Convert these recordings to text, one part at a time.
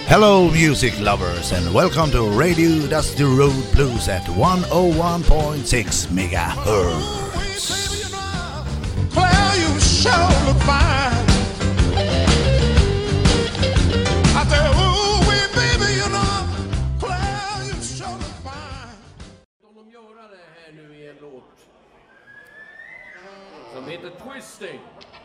Hello music lovers and welcome to Radio Dusty Road Blues at 101.6 megahertz. Well, you sure look fine. I said, ooh, baby, you know, well, you sure look fine. De göra det här nu i en låt som heter Twisting.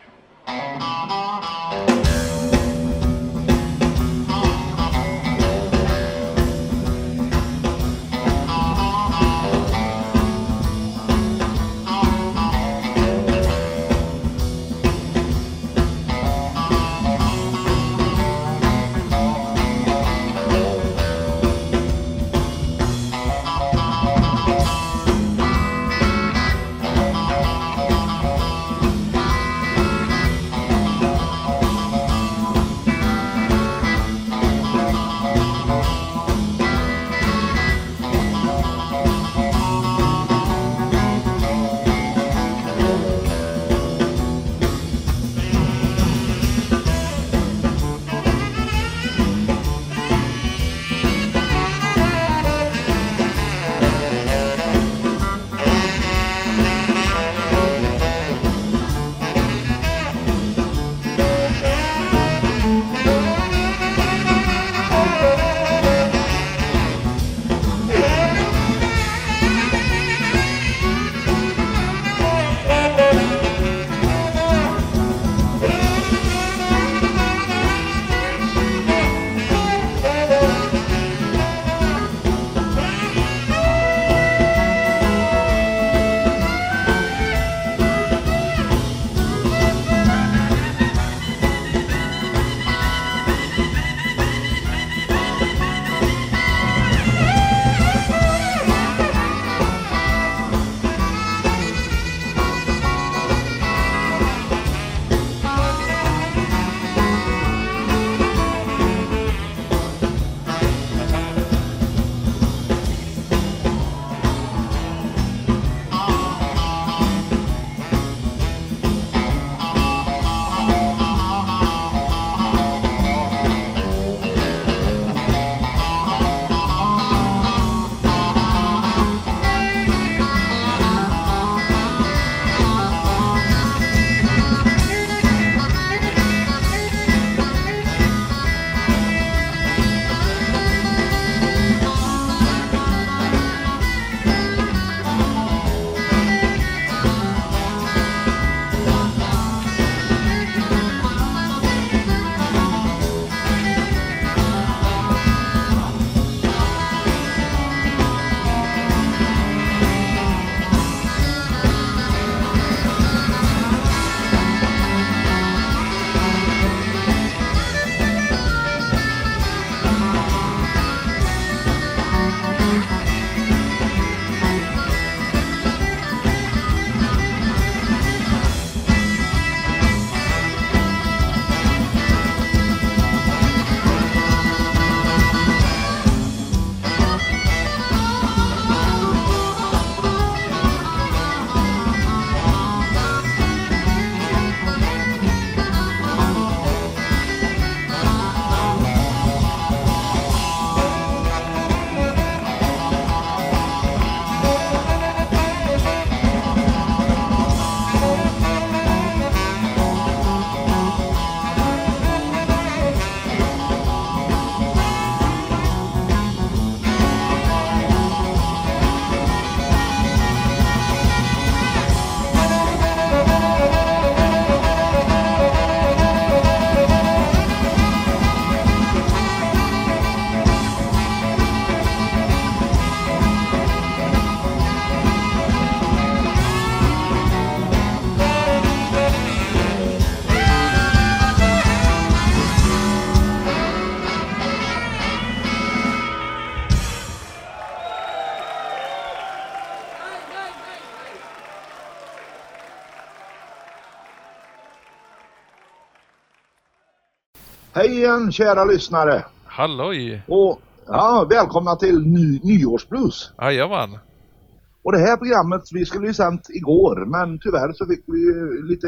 Hej igen kära lyssnare. Halloj. Och ja, välkomna till nyårsblues. Jajamän. Och det här programmet, vi skulle ju sänt igår, men tyvärr så fick vi lite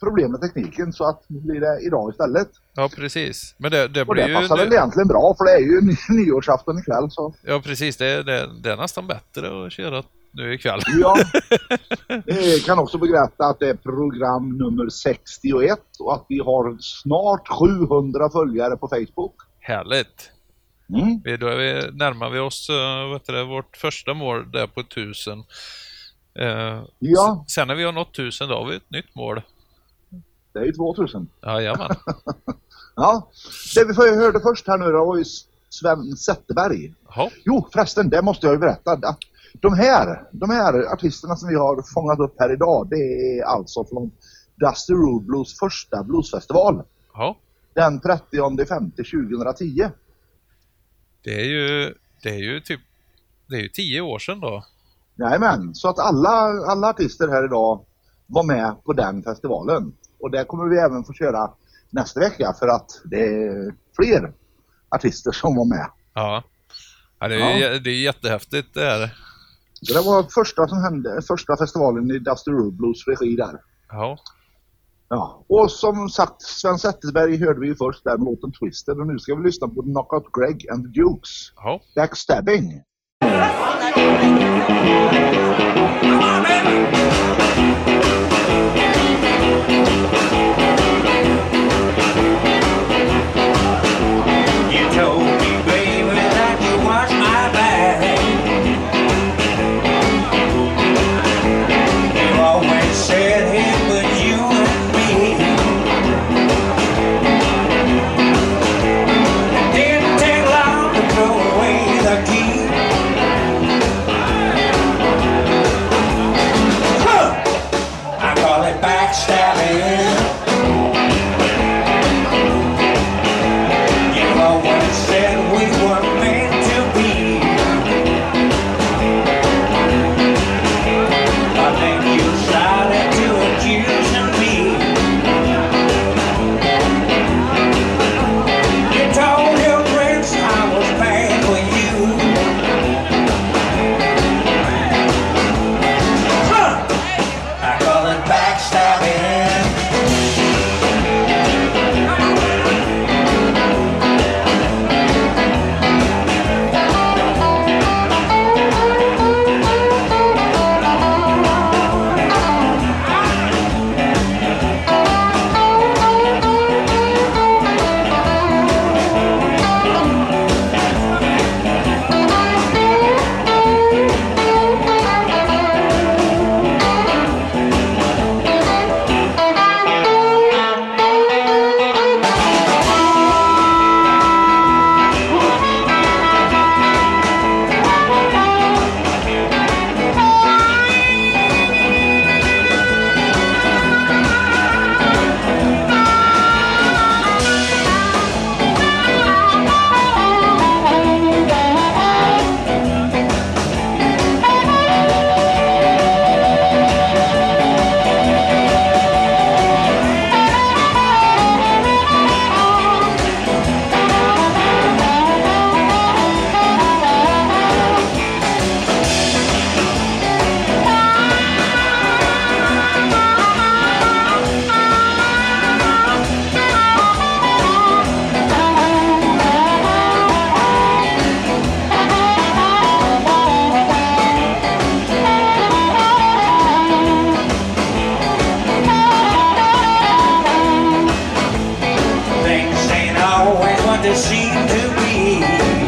problem med tekniken så att nu blir det idag istället. Ja, precis. Men det Och blir det ju... passar väl egentligen bra för det är ju nyårsafton ikväll så. Ja, precis. Det är nästan bättre att köra nu ikväll. Ja. Jag kan också berätta att det är program nummer 61 och att vi har snart 700 följare på Facebook. Härligt. Mm. Då närmar vi oss vårt första mål där på 1000. Ja. Sen när vi har nått 1000 då har vi ett nytt mål. Det är ju 2000. Jajamän. Ja, det vi hörde först här nu då var ju Sven Zetterberg. Jaha. Jo, förresten, det måste jag ju berätta. Att de här artisterna som vi har fångat upp här idag, det är alltså från Dusty Road Blues första bluesfestival. Jaha. Den 30/5/2010. Det är ju 10 år sedan då. Jajamän, så att alla artister här idag var med på den festivalen. Och det kommer vi även få köra nästa vecka för att det är fler artister som var med. Ja, det är jättehäftigt det här. Så det var första festivalen i Dusty Road Blues regi där. Ja. Ja, och som sagt, Sven Zetterberg hörde vi ju först där med låten Twisted och nu ska vi lyssna på Knockout Greg and the Dukes. Ja. Backstabbing. You told me, baby, that you watch my back. You always said it was you and me. It didn't take long to throw away the key. I call it backstabbing. Said we were meant to be, but then you started to accuse me. You told your friends I was bad for you. I call it backstabbing. They seem to be.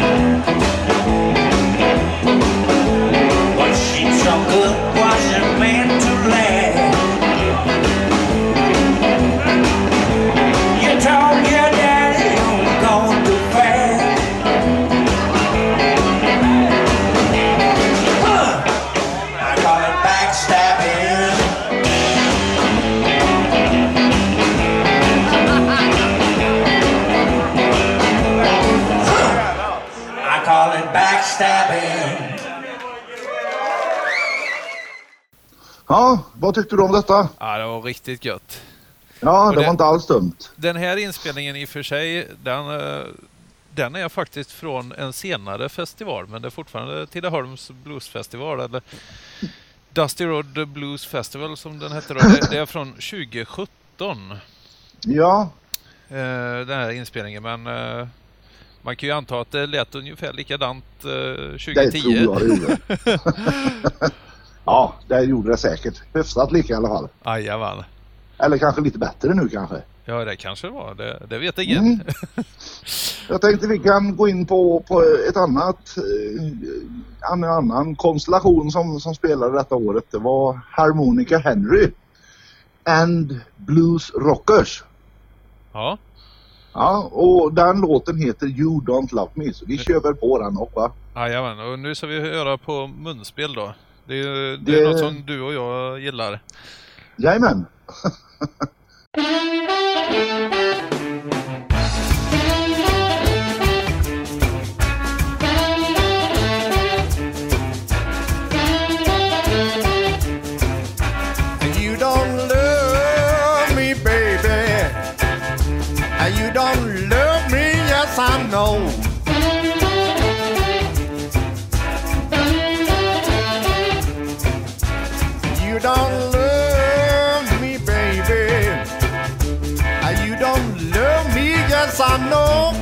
What seems so good wasn't meant to last. You told your daddy you was going too fast. I call it backstabbing. Call it backstabbing. Ja, vad tyckte du om detta? Ja, det var riktigt gött. Ja, Och det var inte alls dumt. Den här inspelningen i och för sig, den är faktiskt från en senare festival, men det är fortfarande Tidaholms bluesfestival eller Dusty Road Blues Festival som den heter då. Det är från 2017 2017. Ja. Den här inspelningen, men man kan ju anta att det lät ungefär likadant 2010. Det tror jag det gjorde. Ja, det gjorde det säkert. Hyfsat lika i alla fall. Jajamän. Eller kanske lite bättre nu kanske. Ja, det kanske var. Det vet ingen. Jag tänkte vi kan gå in på ett annat en annan konstellation som spelade detta året. Det var Harmonica Henry and Blues Rockers. Ja. Ja, och den låten heter You Don't Love Me, så vi kör väl på den också, va? Jajamän, och nu ska vi höra på munspel då. Det är något som du och jag gillar. Jajamän. You don't love me, baby. You don't love me, yes I know. You don't love me, baby. You don't love me, yes I know.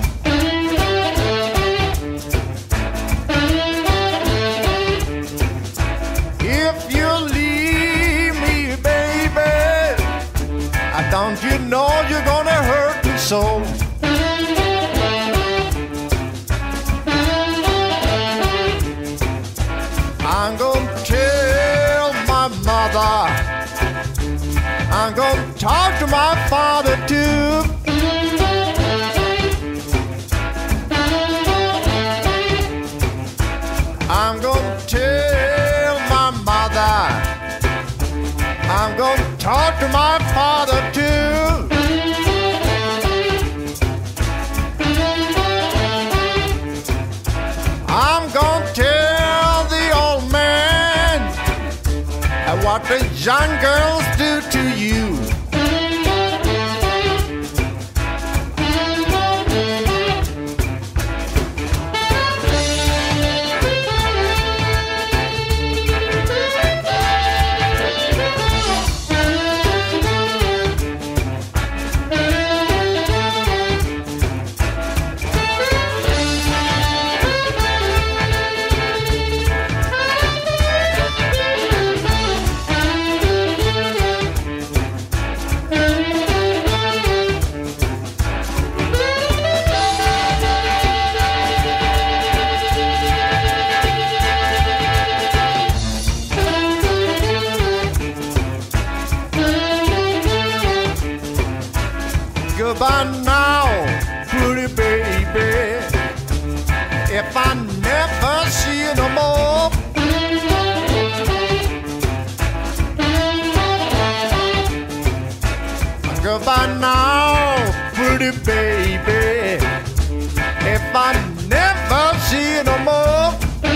If you leave me, baby, don't you know you're gonna hurt me so? I'm gonna tell my mother. I'm gonna talk to my father too. I'm gonna tell my mother. I'm gonna talk to my father too. I'm gonna tell the old man what the young girls do to you. Goodbye now, pretty baby. If I never see you no more, goodbye now, pretty baby. If I never see you no more.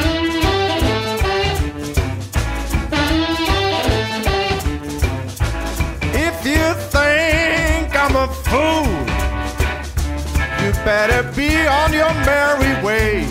If you think I'm a fool, you better be on your merry way.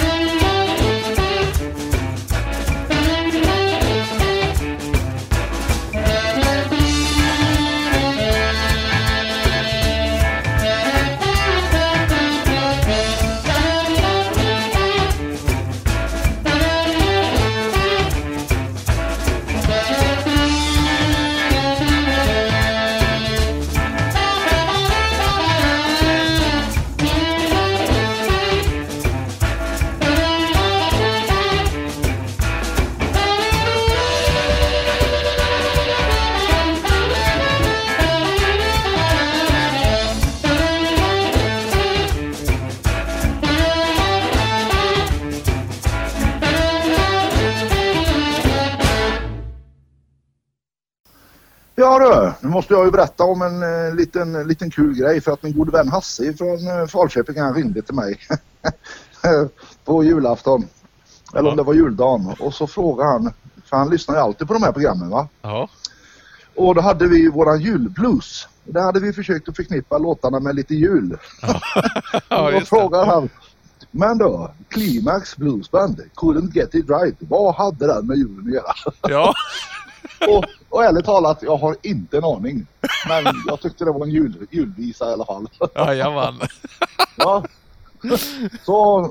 Ja du, nu måste jag ju berätta om en liten kul grej, för att min gode vän Hasse från Falköping, han ringde till mig på julafton. Eller om det var juldagen. Och så frågade han, för han lyssnar ju alltid på de här programmen, va? Ja. Och då hade vi våran julblues. Där hade vi försökt att förknippa låtarna med lite jul. Ja, och då frågade han, men då, Climax Blues Band, couldn't get it right. Vad hade den med julen att göra? Ja. Och ärligt talat, jag har inte en aning. Men jag tyckte det var en julvisa i alla fall. Jajamän. Ja. Så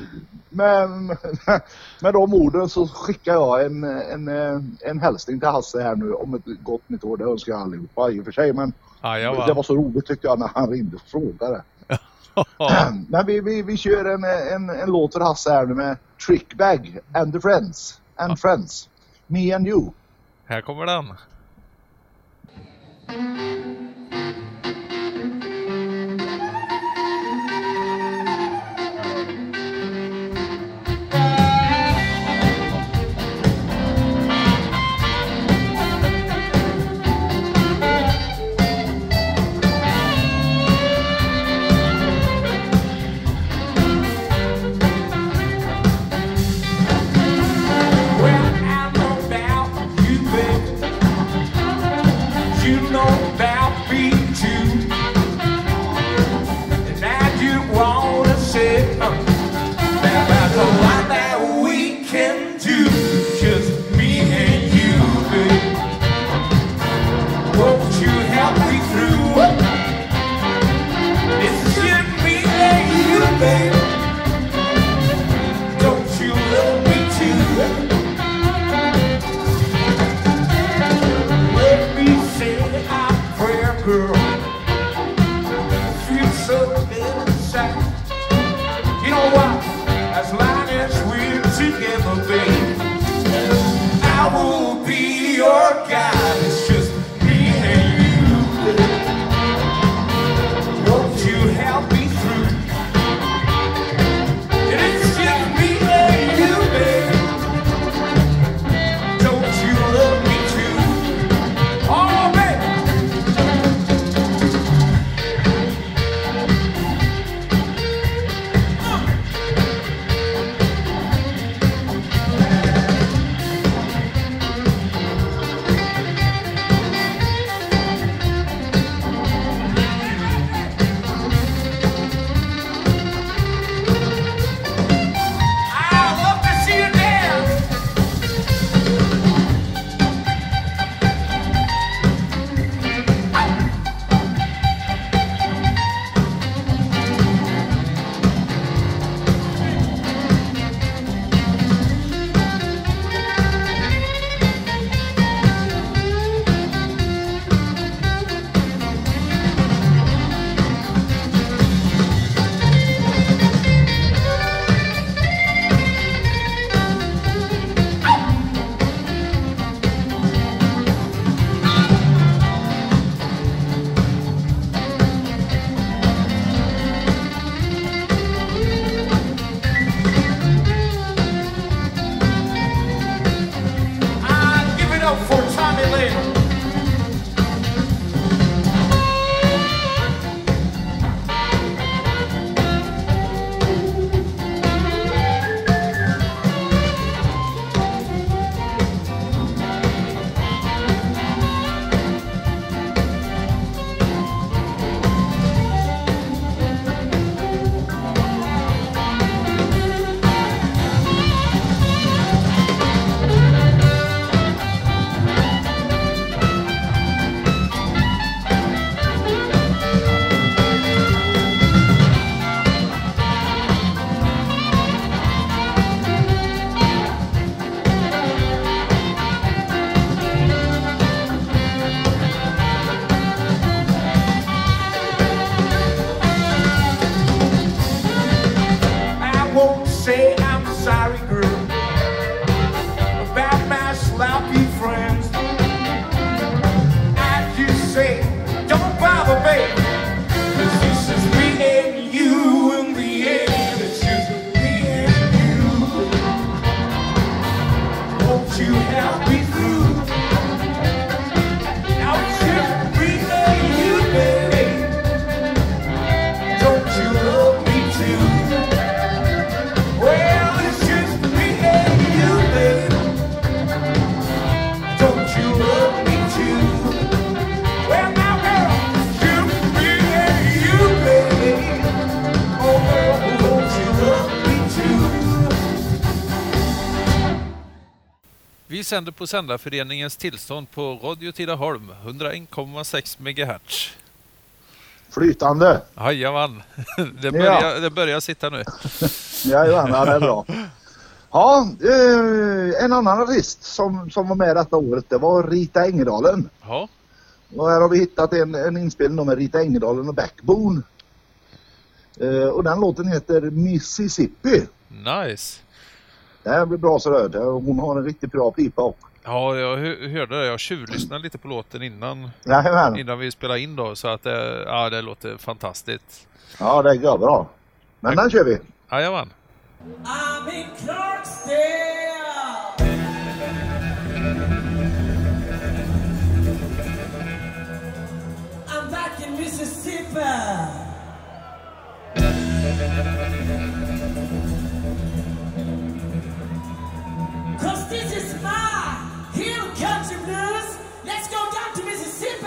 med de orden så skickar jag en hälsning till Hasse här nu om ett gott nytt år. Det önskar jag allihopa i och för sig. Men det var så roligt tyckte jag när han ringde och frågade. Men vi kör en låt för Hasse här nu med Trickbag and the Friends. And Friends. Me and you. Här kommer den. Vi sänder på Sändarföreningens tillstånd på Radio Tidaholm, 101,6 MHz. Flytande. Jajamän, det börjar sitta nu. Jajamän, det är bra. Ja, en annan artist som var med detta året, det var Rita Engedalen. Ja. Och här har vi hittat en inspelning med Rita Engedalen och Backbone. Och den låten heter Mississippi. Nice. Det här blir bra så röd. Hon har en riktigt bra pipa också. Ja, jag hörde det. Jag tjuvlyssnade lite på låten innan vi spelade in då. Så att det låter fantastiskt. Ja, det går bra. Men den kör vi. Jajamän. I'm in Clarksdale. I'm back in Mississippi. 'Cause this is my hill country blues. Let's go down to Mississippi.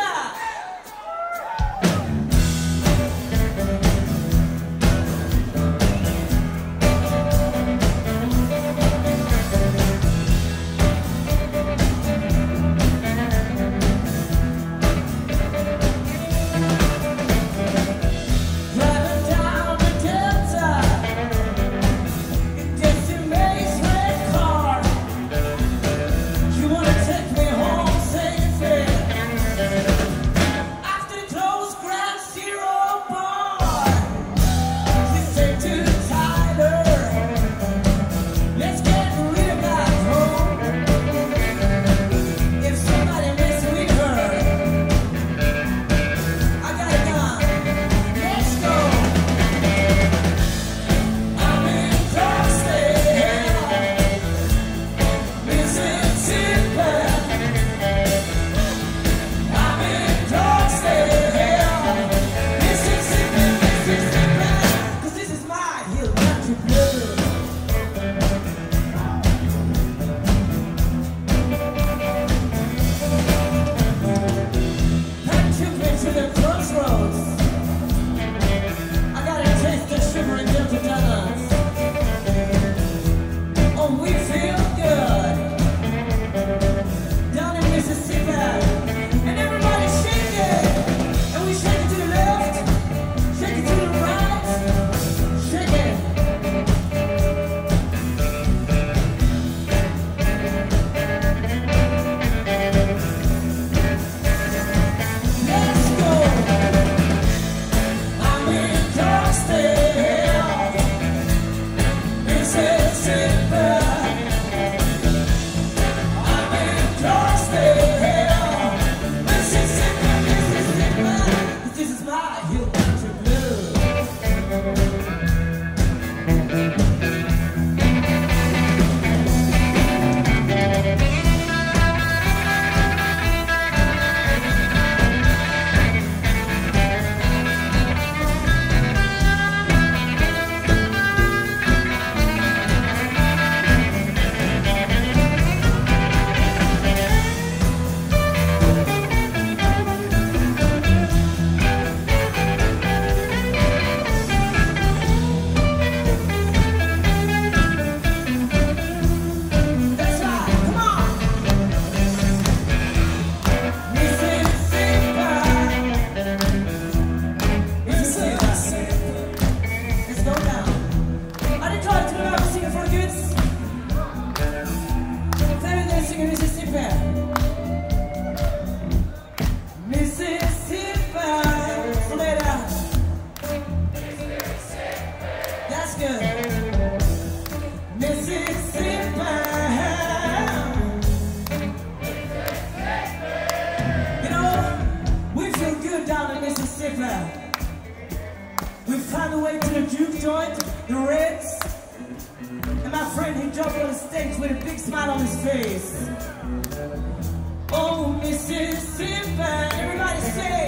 We found a way to the juke joint, the Reds, and my friend, he jumped on the stage with a big smile on his face. Oh, Mississippi, everybody say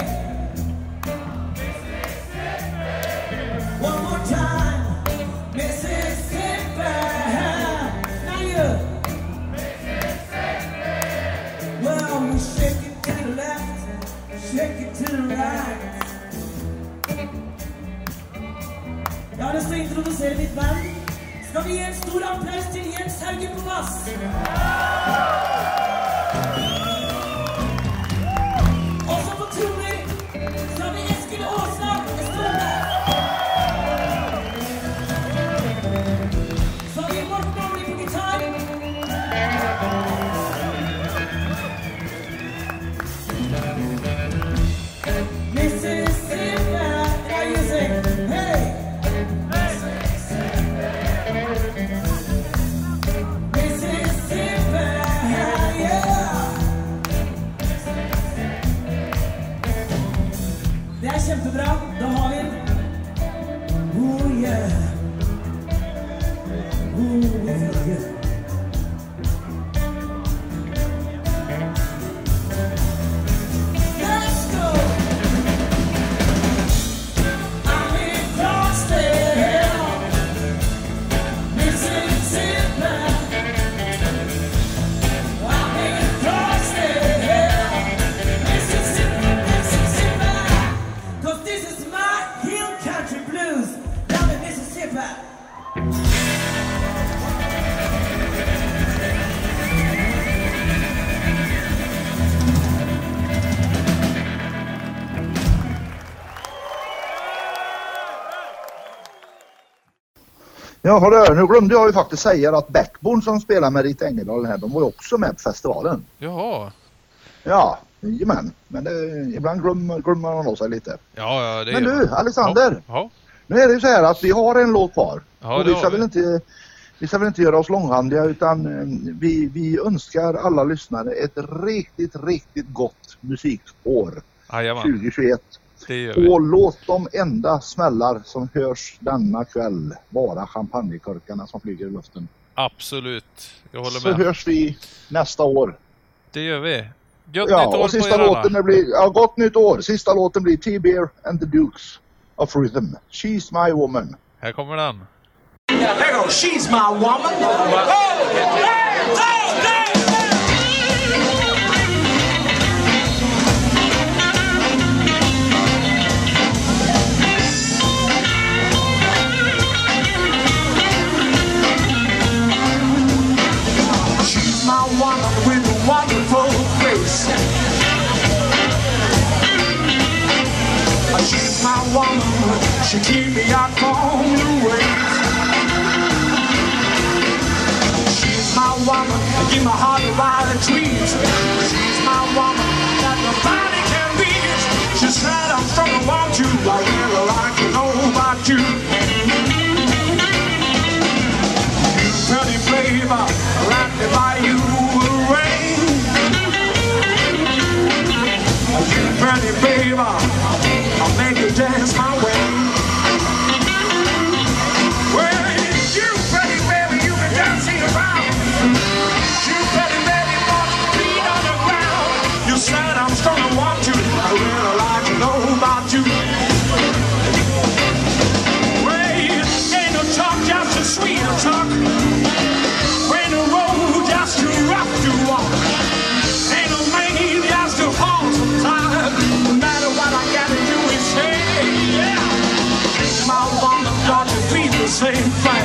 Mississippi. One more time, Mississippi. Now you. Mississippi. Well, we shake it to the left, shake it to the right. Jag har lust att introducera mitt band. Ska vi ge en stor applaus till Jens Haugen på bass? Och så på Turi så har vi Eskil Åsa Estrella. Så har vi Mortborg på gitarr. Mississippi, now you sing, hey! Mississippi, yeah! Det är jättebra, då har vi oh yeah. Oh yeah. Let's go! I'm in Clarksdale, Mississippi. I'm in Clarksdale, Mississippi, Mississippi. 'Cause this is my hill country blues down in Mississippi. Ja, hörru, nu glömde jag ju faktiskt säga att Backbone som spelar med Rita Engdahl här, de var ju också med på festivalen. Jaha. Ja, jajamän. Men ibland glömmer man av sig lite. Ja, det Men gör du, man. Alexander. Ja. Nu är det ju så här att vi har en låt kvar. Ja, och det vi ska har väl inte göra oss långhandiga, utan vi önskar alla lyssnare ett riktigt gott musikår Jajamän, 2021. det gör vi. Och låt de enda smällar som hörs denna kväll vara champagnekorkarna som flyger i luften. Absolut, jag håller Så med. hörs vi nästa år. Det gör vi. Gött nytt Ja, år och på sista er alla. låten blir, ja, gott nytt år. Sista låten blir T-Bear and the Dukes of Rhythm. She's my woman. Här kommer den. There goes, she's my woman. She's my woman with a wonderful face. She's my woman, she keep me out from the ways. She's my woman, give my heart a ride and trees. She's my woman, that nobody can reach. She said I'm strong and want you, I really like to know about you. You pretty baby, let me buy you a ring. You pretty baby, I'll make you dance my way. Well, you pretty baby, you been dancing around. You pretty baby, want your feet on the ground. You said I'm strong and want you. I really like to know about you. Well, ain't no talk, just a sweet talk. Ain't no road, just too rough to walk. Ain't no man, just too hard sometimes. No matter what I gotta do is say, yeah. My woman got to be the same thing.